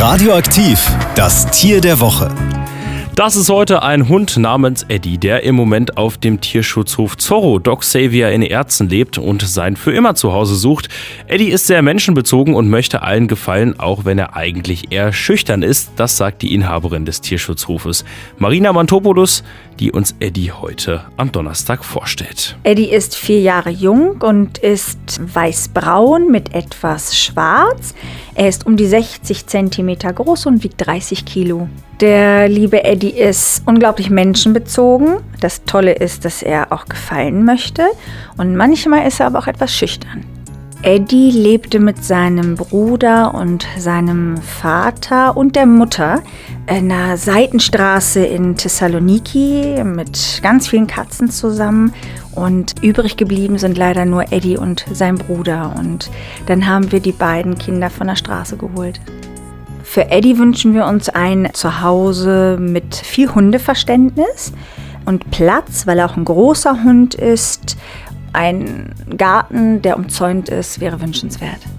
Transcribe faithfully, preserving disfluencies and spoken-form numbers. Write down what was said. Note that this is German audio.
Radioaktiv, das Tier der Woche. Das ist heute ein Hund namens Eddie, der im Moment auf dem Tierschutzhof Zorro Dog Savior in Erzen lebt und sein für immer Zuhause sucht. Eddie ist sehr menschenbezogen und möchte allen gefallen, auch wenn er eigentlich eher schüchtern ist. Das sagt die Inhaberin des Tierschutzhofes, Marina Mantopoulos, die uns Eddie heute am Donnerstag vorstellt. Eddie ist vier Jahre jung und ist weißbraun mit etwas schwarz. Er ist um die sechzig Zentimeter groß und wiegt dreißig Kilo. Der liebe Eddie ist unglaublich menschenbezogen. Das Tolle ist, dass er auch gefallen möchte. Und manchmal ist er aber auch etwas schüchtern. Eddie lebte mit seinem Bruder und seinem Vater und der Mutter in einer Seitenstraße in Thessaloniki mit ganz vielen Katzen zusammen. Und übrig geblieben sind leider nur Eddie und sein Bruder. Und dann haben wir die beiden Kinder von der Straße geholt. Für Eddie wünschen wir uns ein Zuhause mit viel Hundeverständnis und Platz, weil er auch ein großer Hund ist. Ein Garten, der umzäunt ist, wäre wünschenswert.